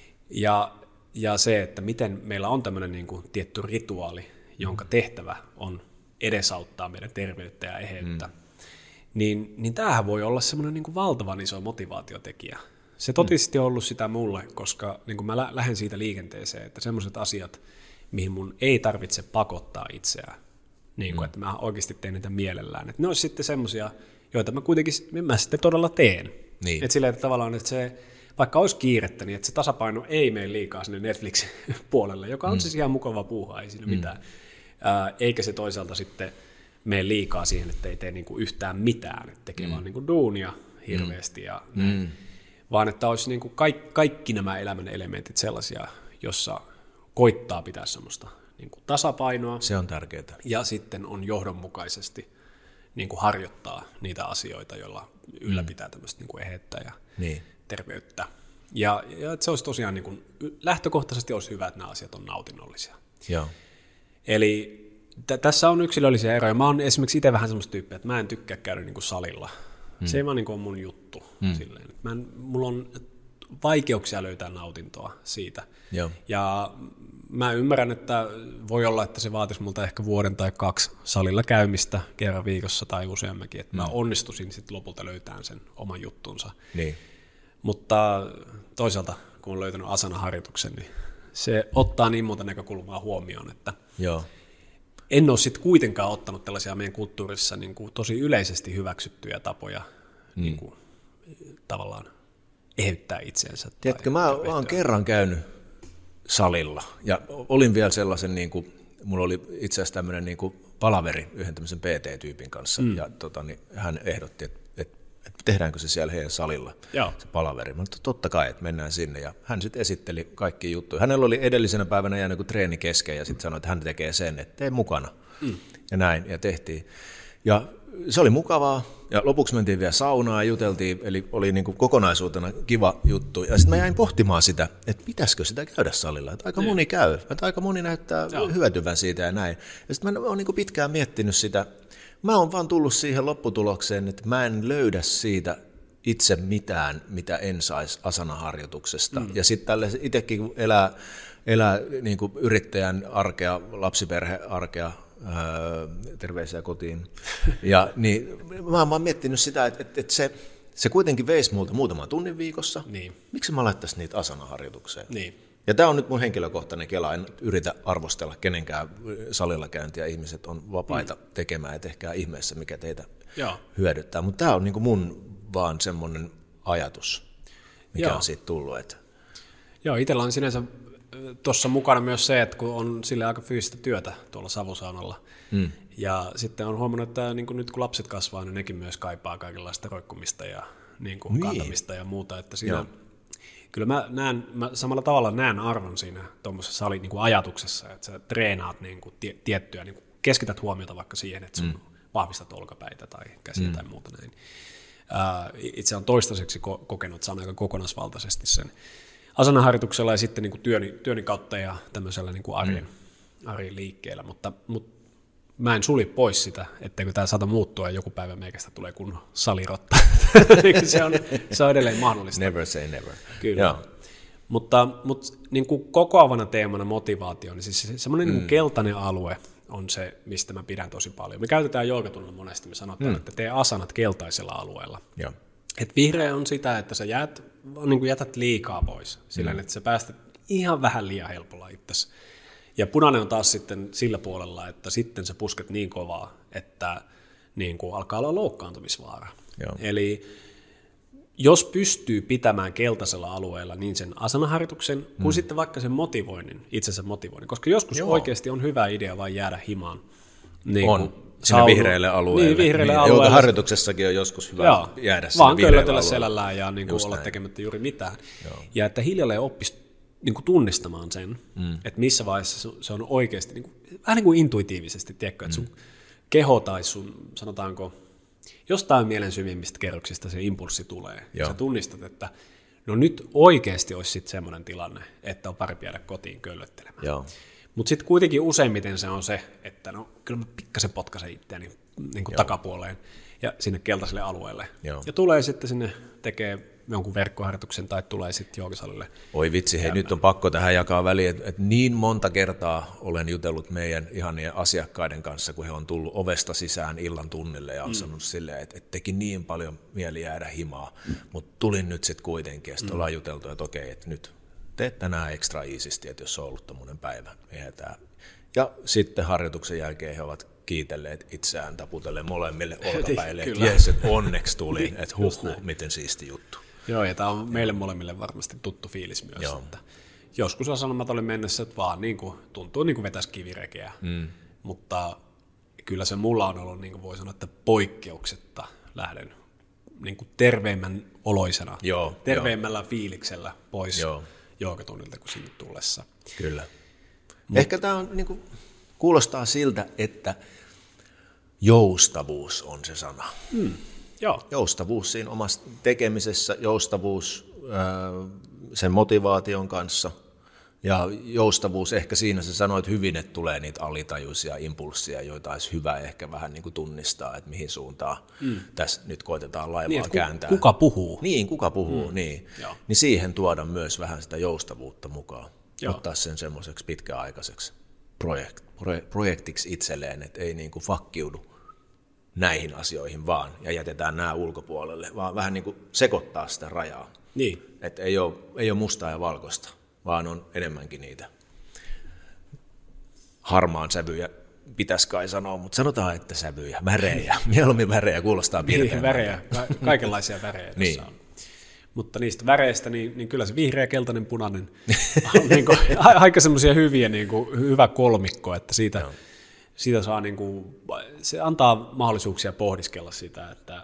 Ja se, että miten meillä on tämmöinen niin kuin tietty rituaali, jonka tehtävä on edesauttaa meidän terveyttä ja eheyttä, niin tämähän voi olla semmoinen niin kuin valtavan iso motivaatiotekijä. Se totisesti on ollut sitä mulle, koska niin kuin mä lähden siitä liikenteeseen, että semmoiset asiat, mihin mun ei tarvitse pakottaa itseään, niin kuin, että mä oikeasti teen niitä mielellään. Että ne olisi sitten semmoisia, joita mä kuitenkin mä sitten todella teen. Niin. Että silleen, että tavallaan, että se, vaikka olisi kiirettä, niin että se tasapaino ei mene liikaa sinne Netflix-puolelle, joka on siis ihan mukava puuhaa, ei siinä mitään. Eikä se toisaalta sitten mene liikaa siihen, että ei tee niinku yhtään mitään, että tekee vaan niinku duunia hirveästi ja näin. Vaan että olisi niinku kaikki nämä elämän elementit sellaisia, jossa koittaa pitää semmoista niinku tasapainoa. Se on tärkeää. Ja sitten on johdonmukaisesti niinku harjoittaa niitä asioita, joilla ylläpitää tämmöistä niinku eheyttä ja terveyttä. Ja se olisi tosiaan, niinku, lähtökohtaisesti olisi hyvä, että nämä asiat on nautinnollisia. Joo. Eli tässä on yksilöllisiä eroja. Mä oon esimerkiksi itse vähän semmoista tyyppiä, että mä en tykkää käydä niinku salilla. Se ei vaan niinku ole mun juttu. Silleen. Mulla on vaikeuksia löytää nautintoa siitä. Joo. Ja mä ymmärrän, että voi olla, että se vaatisi multa ehkä vuoden tai 2 salilla käymistä kerran viikossa tai useamminkin, että mä onnistuisin sitten lopulta löytämään sen oman juttunsa. Niin. Mutta toisaalta, kun on löytänyt asana-harjoituksen, niin se ottaa niin monta näkökulmaa huomioon, että en ole sitten kuitenkaan ottanut tällaisia meidän kulttuurissa niin kuin tosi yleisesti hyväksyttyjä tapoja niin kuin, tavallaan eheyttää itseensä. Tiedätkö, mä oon kerran käynyt salilla ja olin vielä sellaisen, niin kuin, mulla oli itse asiassa tämmöinen niin kuin palaveri yhden tämmöisen PT-tyypin kanssa ja niin hän ehdotti, että tehdäänkö se siellä heidän salilla, se palaveri. Mä sanoin, totta kai, että mennään sinne ja hän sitten esitteli kaikki juttuja. Hänellä oli edellisenä päivänä jäänyt treeni kesken ja sitten sanoi, että hän tekee sen, että tee mukana ja näin ja tehtiin. Ja se oli mukavaa ja lopuksi mentiin vielä saunaan ja juteltiin, eli oli niin kuin kokonaisuutena kiva juttu. Ja sitten mä jäin pohtimaan sitä, että pitäisikö sitä käydä salilla. Että aika moni käy, että aika moni näyttää hyötyvän siitä ja näin. Ja sitten mä oon niin kuin pitkään miettinyt sitä. Mä oon vaan tullut siihen lopputulokseen, että mä en löydä siitä itse mitään, mitä en saisi asana-harjoituksesta. Ja sitten tälle itsekin kun elää niin kuin yrittäjän arkea, lapsiperhearkea, terveisiä kotiin. Ja niin, mä oon vaan miettinyt sitä, että se kuitenkin veisi multa muutaman tunnin viikossa. Niin. Miksi mä laittaisin niitä asana-harjoitukseen? Niin. Ja tämä on nyt mun henkilökohtainen kela. En yritä arvostella kenenkään salilla käyntiä. Ihmiset on vapaita tekemään ja tehkää ihmeessä, mikä teitä hyödyttää. Mutta tämä on niinku mun vaan semmoinen ajatus, mikä on siitä tullut. Että... Joo, itsellä on sinänsä tuossa mukana myös se, että kun on sille aika fyysistä työtä tuolla savusaunalla, ja sitten on huomannut, että niin kuin nyt kun lapset kasvaa, niin nekin myös kaipaa kaikenlaista roikkumista ja niin kuin kantamista ja muuta, että siinä kyllä mä samalla tavalla näen arvon siinä tuommoisessa salin niin kuin ajatuksessa, että sä treenaat niin kuin tiettyä, niin kuin keskität huomiota vaikka siihen, että sun vahvistat olkapäitä tai käsiä tai muuta näin. Itse on toistaiseksi kokenut, että saan aika kokonaisvaltaisesti sen asanaharjoituksella ja sitten niin kuin työni kautta ja tämmöisellä niin kuin arjen liikkeellä, mutta mä en suli pois sitä, etteikö tämä saata muuttua ja joku päivä meikästä tulee kunnon salirotta. se on edelleen mahdollista. Never say never. Kyllä. Yeah. Mutta niin kuin kokoavana teemana motivaatio, niin siis semmoinen niin kuin keltainen alue on se, mistä mä pidän tosi paljon. Me käytetään joogatunnilla monesti, me sanotaan, että tee asanat keltaisella alueella. Yeah. Et vihreä on sitä, että sä jätät liikaa pois, sillä että sä päästät ihan vähän liian helpolla itsesi. Ja punainen on taas sitten sillä puolella, että sitten sä pusket niin kovaa, että niin kuin alkaa olla loukkaantumisvaara. Joo. Eli jos pystyy pitämään keltaisella alueella niin sen asanaharjoituksen kuin sitten vaikka sen itsensä motivoinnin, koska joskus oikeasti on hyvä idea vain jäädä himaan. Niin on. Sinne vihreälle alueelle. Niin, vihreälle alueelle. Joka harjoituksessakin on joskus hyvä jäädä sinne vaan vihreälle köllötellä alueelle. selällään ja niin kuin olla tekemättä juuri mitään. Joo. Ja että hiljalleen oppisi niin kuin tunnistamaan sen, että missä vaiheessa se on oikeasti, niin kuin, vähän niin kuin intuitiivisesti, tiedätkö, että sun keho tai sun, sanotaanko, jostain mielen syvimmistä kerroksista se impulssi tulee. Ja sä tunnistat, että no nyt oikeasti olisi sitten semmoinen tilanne, että on parempi jäädä kotiin köllöttelemään. Mutta sitten kuitenkin useimmiten se on se, että no kyllä mä pikkasen potkaisen itseäni niin kuin takapuoleen ja sinne keltaiselle alueelle. Ja tulee sitten sinne, tekee jonkun verkkoharjoituksen tai tulee sitten joogasalille. Oi vitsi, hei nyt on pakko tähän jakaa väliin, että niin monta kertaa olen jutellut meidän ihanien asiakkaiden kanssa, kun he on tullut ovesta sisään illan tunnille ja on sanonut silleen, että teki niin paljon mieli jäädä himaa, mutta tulin nyt sitten kuitenkin ja sitten ollaan juteltu, että okei, että nyt teet tänään ekstra iisisti, että jos on ollut tommoinen päivä, ja sitten harjoituksen jälkeen he ovat kiitelleet itseään, taputellen molemmille olkapäille, että jes, että onneksi tuli, että miten siisti juttu. Joo, ja tämä on meille molemmille varmasti tuttu fiilis myös, että joskus on sanomat oli mennessä, että vaan niin kuin, tuntuu niin kuin vetäisi kivirekeä, mutta kyllä se mulla on ollut, niin kuin voi sanoa, että poikkeuksetta lähden niin kuin terveemmän oloisena, terveemmällä fiiliksellä pois joogatunnilta kuin sinne tullessa. Kyllä. Ehkä tämä on, niin kuin, kuulostaa siltä, että joustavuus on se sana. Joustavuus siinä omassa tekemisessä, joustavuus sen motivaation kanssa ja joustavuus, ehkä siinä sä sanoit hyvin, että tulee niitä alitajuisia impulsseja, joita olisi hyvä ehkä vähän niin kuin tunnistaa, että mihin suuntaan tässä nyt koitetaan laivaa kääntää. Kuka puhuu? Niin, kuka puhuu, niin siihen tuoda myös vähän sitä joustavuutta mukaan, ottaa sen semmoiseksi pitkäaikaiseksi projektiksi itselleen, että ei niin kuin fakkiudu näihin asioihin vaan ja jätetään nämä ulkopuolelle, vaan vähän niin kuin sekoittaa sitä rajaa. Niin. Että ei ole mustaa ja valkoista, vaan on enemmänkin niitä harmaan sävyjä, pitäisi kai sanoa, mutta sanotaan, että sävyjä, värejä, mieluummin värejä, kuulostaa piirtein. Värejä, kaikenlaisia värejä tässä on. Mutta niistä väreistä, niin kyllä se vihreä, keltainen, punainen on niin kuin, aika semmoisia hyviä, niin kuin, hyvä kolmikko, että siitä saa, niin kuin, se antaa mahdollisuuksia pohdiskella sitä. Että,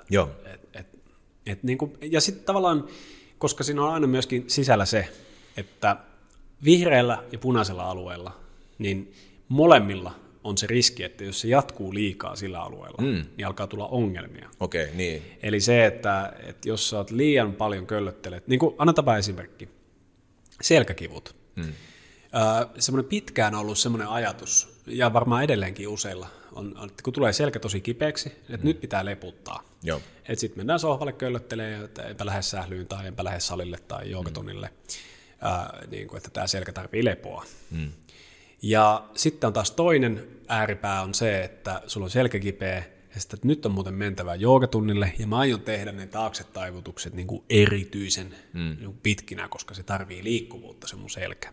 niin kuin, ja sitten tavallaan, koska siinä on aina myöskin sisällä se, että vihreällä ja punaisella alueella, niin molemmilla on se riski, että jos se jatkuu liikaa sillä alueella, niin alkaa tulla ongelmia. Niin. Eli se, että jos sä oot liian paljon köllöttelet, niin kuin annetaanpa esimerkki, selkäkivut. Semmoinen pitkään ollut semmoinen ajatus, ja varmaan edelleenkin useilla, on, että kun tulee selkä tosi kipeäksi, että nyt pitää leputtaa. Että sitten mennään sohvalle köllöttelemään, että enpä lähde sählyyn tai enpä lähde salille tai joogatunnille, niin kuin, että tämä selkä tarvii lepoa. Ja sitten on taas toinen ääripää on se, että sulla on selkä kipeä, ja sitten, että nyt on muuten mentävä joogatunnille, ja mä aion tehdä ne taaksetaivutukset niin kuin erityisen niin kuin pitkinä, koska se tarvii liikkuvuutta se mun selkä.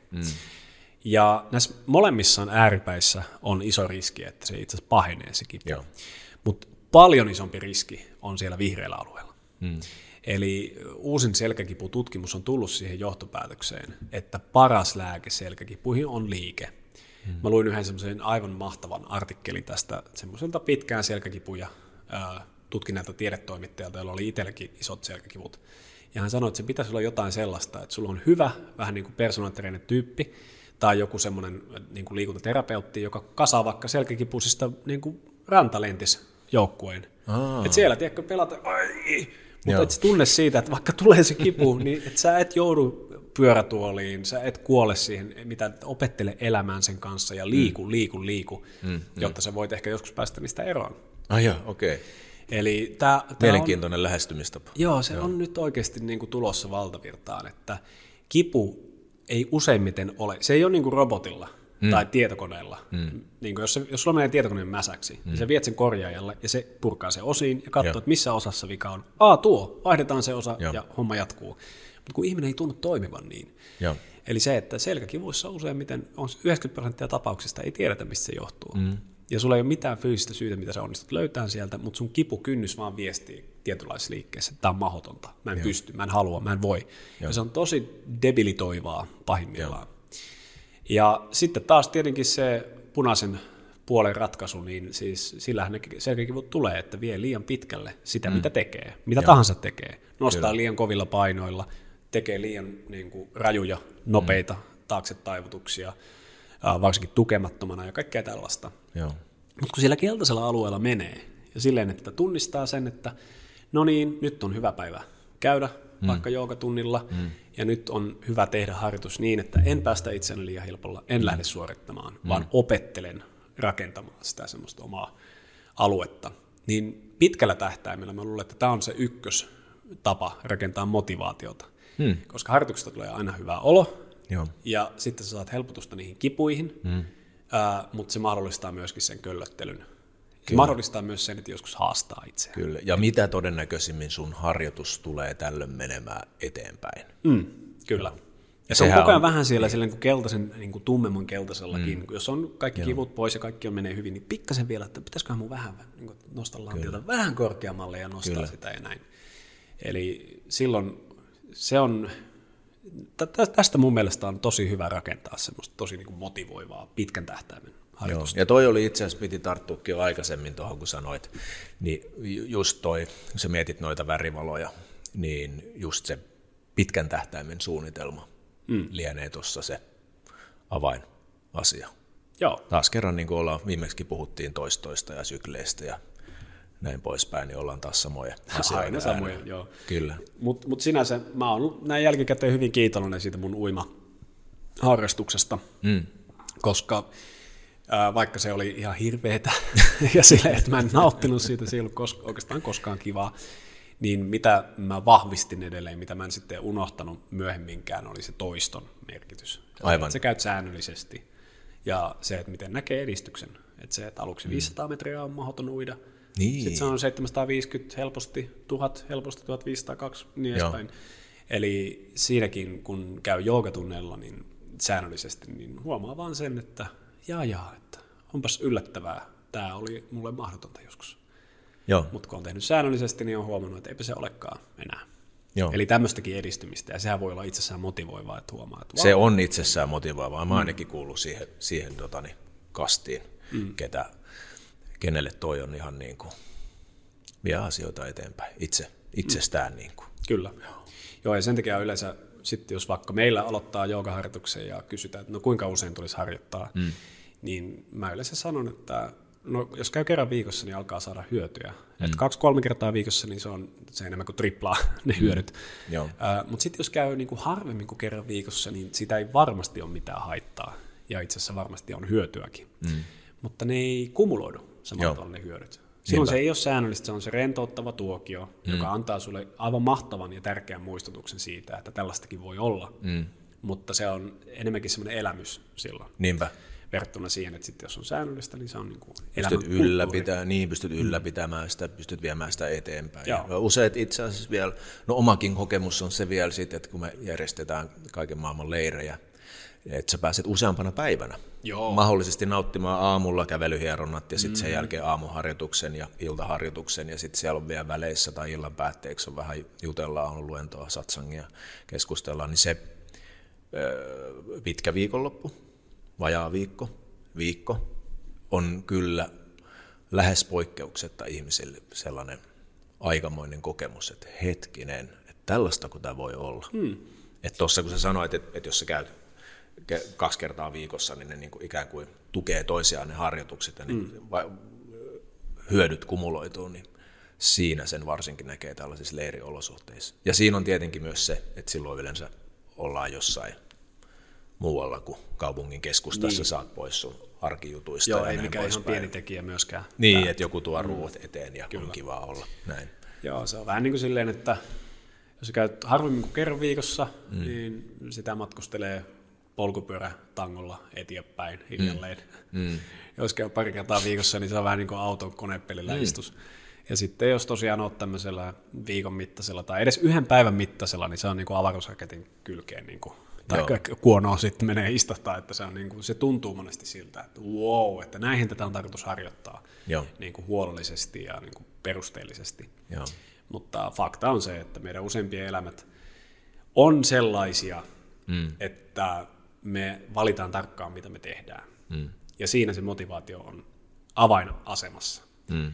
Ja näissä molemmissa ääripäissä on iso riski, että se itse asiassa pahenee se kipu. Mutta paljon isompi riski on siellä vihreällä alueella. Eli uusin selkäkipututkimus on tullut siihen johtopäätökseen, että paras lääke selkäkipuihin on liike. Mä luin yhden semmoisen aivan mahtavan artikkelin tästä semmoiselta pitkään selkäkipuja tutkineelta tiedetoimittajalta, jolla oli itselläkin isot selkäkivut. Ja hän sanoi, että se pitäisi olla jotain sellaista, että sulla on hyvä, vähän niin kuin personal tyyppi, tai joku semmoinen niin kuin liikuntaterapeutti, joka kasaa vaikka selkäkipusista niin kuin rantalentis joukkueen. Että siellä, tiedätkö, pelata, mutta et se tunne siitä, että vaikka tulee se kipu, niin et sä et joudu pyörätuoliin, sä et kuole siihen, mitä opettele elämään sen kanssa ja liiku, jotta sä voit ehkä joskus päästä niistä eroon. Okei. Eli mielenkiintoinen on, lähestymistapa. Se on nyt oikeasti niin kuin tulossa valtavirtaan, että kipu ei useimmiten ole, se ei ole niin kuin robotilla tai tietokoneella. Niin kuin jos sulla menee tietokoneen mäsäksi, niin sä viet sen korjaajalle ja se purkaa sen osiin ja katsoo, että missä osassa vika on. Tuo, vaihdetaan se osa ja homma jatkuu. Mutta kun ihminen ei tunnu toimivan niin. Eli se, että selkäkivuissa useimmiten on 90% tapauksista ei tiedetä, mistä se johtuu. Ja sulla ei ole mitään fyysistä syytä, mitä sä onnistut löytämään sieltä, mutta sun kipukynnys vaan viestii tietynlaisessa liikkeessä, että tämä on mahdotonta. Mä en pysty, mä en halua, mä en voi. Ja se on tosi debilitoivaa pahimmillaan. Ja sitten taas tietenkin se punaisen puolen ratkaisu, niin siis sillähän ne selkäkivut tulee, että vie liian pitkälle sitä, mitä tekee, mitä tahansa tekee. Nostaa liian kovilla painoilla, tekee liian niin kuin, rajuja, nopeita taakse taivutuksia, varsinkin tukemattomana ja kaikkea tällaista. Mutta kun siellä keltaisella alueella menee, ja silleen, että tunnistaa sen, että no niin, nyt on hyvä päivä käydä vaikka joogatunnilla, ja nyt on hyvä tehdä harjoitus niin, että en päästä itseäni liian helpolla, en lähde suorittamaan, vaan opettelen rakentamaan sitä semmoista omaa aluetta. Niin pitkällä tähtäimellä mä luulen, että tämä on se ykköstapa rakentaa motivaatiota, koska harjoituksesta tulee aina hyvä olo, ja sitten sä saat helpotusta niihin kipuihin, mutta se mahdollistaa myöskin sen köllöttelyn. Se mahdollistaa myös sen, että joskus haastaa itseään. Kyllä, ja mitä todennäköisimmin sun harjoitus tulee tällöin menemään eteenpäin. Kyllä. Ja se on koko ajan vähän siellä niin kuin keltaisen, niin kuin tummemman keltaisellakin. Jos on kaikki kivut pois ja kaikki menee hyvin, niin pikkasen vielä, että pitäisiköhän mun vähän niin kuin nostaa lantiota vähän korkeammalle ja nostaa sitä ja näin. Eli silloin se on, tästä mun mielestä on tosi hyvä rakentaa semmoista tosi niin kuin motivoivaa pitkän tähtäimen harjoitusta. Ja toi oli itse asiassa, piti tarttuakin jo aikaisemmin tuohon, kun sanoit, niin just toi, kun sä mietit noita värivaloja, niin just se pitkän tähtäimen suunnitelma lienee tuossa se avainasia. Joo. Taas kerran, niin kuin viimeksi puhuttiin toistoista ja sykleistä ja näin poispäin, niin ollaan taas samoja asioita. Aina samoja, joo. Kyllä. Mut sinänsä mä oon näin jälkikäteen hyvin kiitollinen siitä mun uimaharrastuksesta, koska vaikka se oli ihan hirveetä ja silleen, että mä en nauttinut siitä, se ei ollut oikeastaan koskaan kivaa, niin mitä mä vahvistin edelleen, mitä mä en sitten unohtanut myöhemminkään, oli se toiston merkitys. Aivan. Että sä käyt säännöllisesti ja se, että miten näkee edistyksen. Että se, että aluksi 500 metriä on mahdoton uida, sitten se on 750 helposti, 1000 helposti, 1502 niin edespäin. Eli siinäkin, kun käy joogatunneilla niin säännöllisesti, niin huomaa vaan sen, että että onpas yllättävää. Tämä oli mulle mahdotonta joskus. Mutta kun on tehnyt säännöllisesti, niin on huomannut, että eipä se olekaan enää. Eli tämmöistäkin edistymistä, ja sehän voi olla itsessään motivoivaa, että huomaa. Että se on itsessään motivoivaa. Mä ainakin kuulun siihen kastiin, kenelle toi on ihan niin kuin vie asioita eteenpäin itsestään. Niin kuin. Kyllä. Joo, ja sen takia yleensä sitten, jos vaikka meillä aloittaa joogaharjoituksen ja kysytään, että no kuinka usein tulisi harjoittaa, niin mä yleensä sanon, että no, jos käy kerran viikossa, niin alkaa saada hyötyä. Että 2-3 kertaa viikossa, niin se enemmän kuin triplaa ne hyödyt. Mutta sitten jos käy niin kuin harvemmin kuin kerran viikossa, niin sitä ei varmasti ole mitään haittaa. Ja itse asiassa varmasti on hyötyäkin. Mutta ne ei kumuloidu samalla tavalla ne hyödyt. Silloin se ei ole säännöllistä, se on se rentouttava tuokio, joka antaa sulle aivan mahtavan ja tärkeän muistutuksen siitä, että tällaistakin voi olla. Mutta se on enemmänkin semmoinen elämys silloin. Niinpä. Verrattuna siihen, että sitten jos on säännöllistä, niin se on niin kuin pystyt ylläpitämään sitä, pystyt viemään sitä eteenpäin. Ja useat itse asiassa vielä, no omakin kokemus on se vielä sitten, että kun me järjestetään kaiken maailman leirejä, että sä pääset useampana päivänä mahdollisesti nauttimaan aamulla kävelyhieronnat ja sitten sen jälkeen aamuharjoituksen ja iltaharjoituksen ja sitten siellä on vielä väleissä tai illan päätteeksi on vähän jutellaan, on luentoa, satsangia, keskustellaan, niin se pitkä viikonloppu, vajaa viikko on kyllä lähes poikkeuksetta ihmisille sellainen aikamoinen kokemus, että hetkinen, että tällaista kuin tämä voi olla. Että tuossa kun sä sanoit, että jos sä käyt 2 kertaa viikossa, niin ne niin kuin ikään kuin tukee toisiaan ne harjoitukset ja niin hyödyt kumuloituu, niin siinä sen varsinkin näkee tällaisissa leiriolosuhteissa. Ja siinä on tietenkin myös se, että silloin yleensä ollaan jossain muualla kuin kaupungin keskustassa, saat pois sun arkijutuista. Joo, ei mikään ihan pieni tekijä myöskään. Niin, että joku tuo ruuat eteen ja on kiva olla näin. Joo, se on vähän niin kuin silleen, että jos sä käyt harvemmin kuin kerran viikossa, niin sitä matkustelee polkupyörätangolla eteenpäin hiljalleen. Jos käy pari kertaa viikossa, niin se on vähän niin kuin auton konepelillä istus. Ja sitten jos tosiaan olet tämmöisellä viikon mittaisella tai edes 1 päivän mittaisella, niin se on niin kuin avaruusraketin kylkeen niin kuin, tai kuonoon sitten menee istahtaa, että se, on niin kuin, se tuntuu monesti siltä, että wow, että näihin tätä on tarkoitus harjoittaa niin kuin huolellisesti ja niin kuin perusteellisesti. Mutta fakta on se, että meidän useimpien elämät on sellaisia, että me valitaan tarkkaan, mitä me tehdään. Ja siinä se motivaatio on avainasemassa.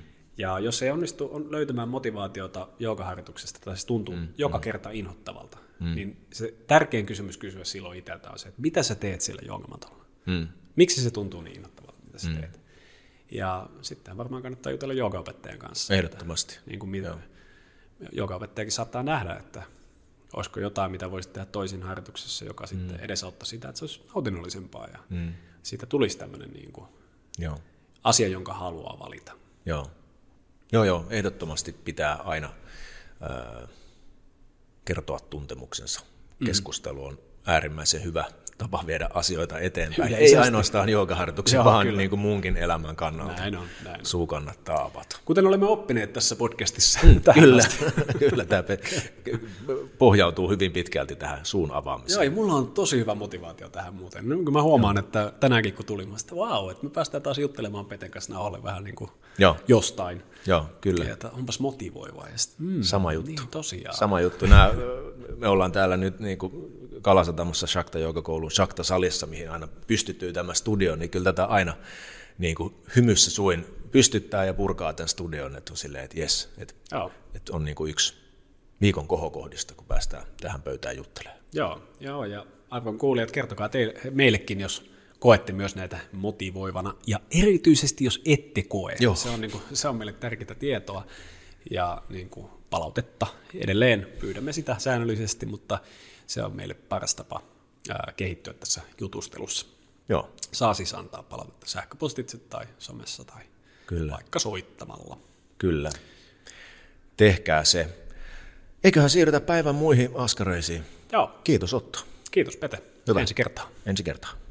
Ja jos ei onnistu löytämään motivaatiota joogaharjoituksesta, tai se tuntuu joka kerta inhottavalta, niin se tärkein kysymys kysyä silloin itseltä on se, että mitä sä teet sillä joogamatolla? Miksi se tuntuu niin innoittavalta, mitä sä teet? Ja sitten varmaan kannattaa jutella joogaopettajan kanssa. Ehdottomasti. Että, niin kuin mitä joogaopettajakin saattaa nähdä, että olisiko jotain, mitä voisit tehdä toisin harjoituksessa, joka sitten edesauttaa sitä, että se olisi nautinnollisempaa ja siitä tulisi tämmöinen niin kuin asia, jonka haluaa valita. Joo, ehdottomasti pitää aina kertoa tuntemuksensa. Keskustelu on äärimmäisen hyvä tapa viedä asioita eteenpäin. Ei ainoastaan joogaharjoituksen, vaan niin kuin muunkin elämän kannalta. Näin on. Suu kannattaa avata. Kuten olemme oppineet tässä podcastissa. Kyllä tämä pohjautuu hyvin pitkälti tähän suun avaamiseen. Joo, ja mulla on tosi hyvä motivaatio tähän muuten. Nyt kun mä huomaan, että tänäänkin kun tuli, mä sanoin, että me päästään taas juttelemaan Peten kanssa nauhalle vähän niin kuin jostain. Joo, kyllä. Ja että onpas motivoivaa. Ja sitten, sama juttu. Niin, tosiaan. Sama juttu. Me ollaan täällä nyt niin kuin Kalasatamassa Shakta-joogakoulun Shakta-salissa, mihin aina pystyttyy tämä studio, niin kyllä tätä aina niin kuin hymyssä suin pystyttää ja purkaa tämän studion, että on silleen, että jes, että on niin kuin yksi viikon kohokohdista, kun päästään tähän pöytään juttelemaan. Joo, ja arvon kuulijat, kertokaa meillekin, jos koette myös näitä motivoivana, ja erityisesti jos ette koe. Se on meille tärkeää tietoa, ja niin kuin palautetta edelleen pyydämme sitä säännöllisesti, mutta se on meille paras tapa kehittyä tässä jutustelussa. Joo. Saa siis antaa palautetta sähköpostitse tai somessa tai vaikka soittamalla. Kyllä. Tehkää se. Eiköhän siirrytä päivän muihin askareisiin. Joo. Kiitos Otto. Kiitos Pete. Hyvä. Ensi kertaa. Ensi kertaa.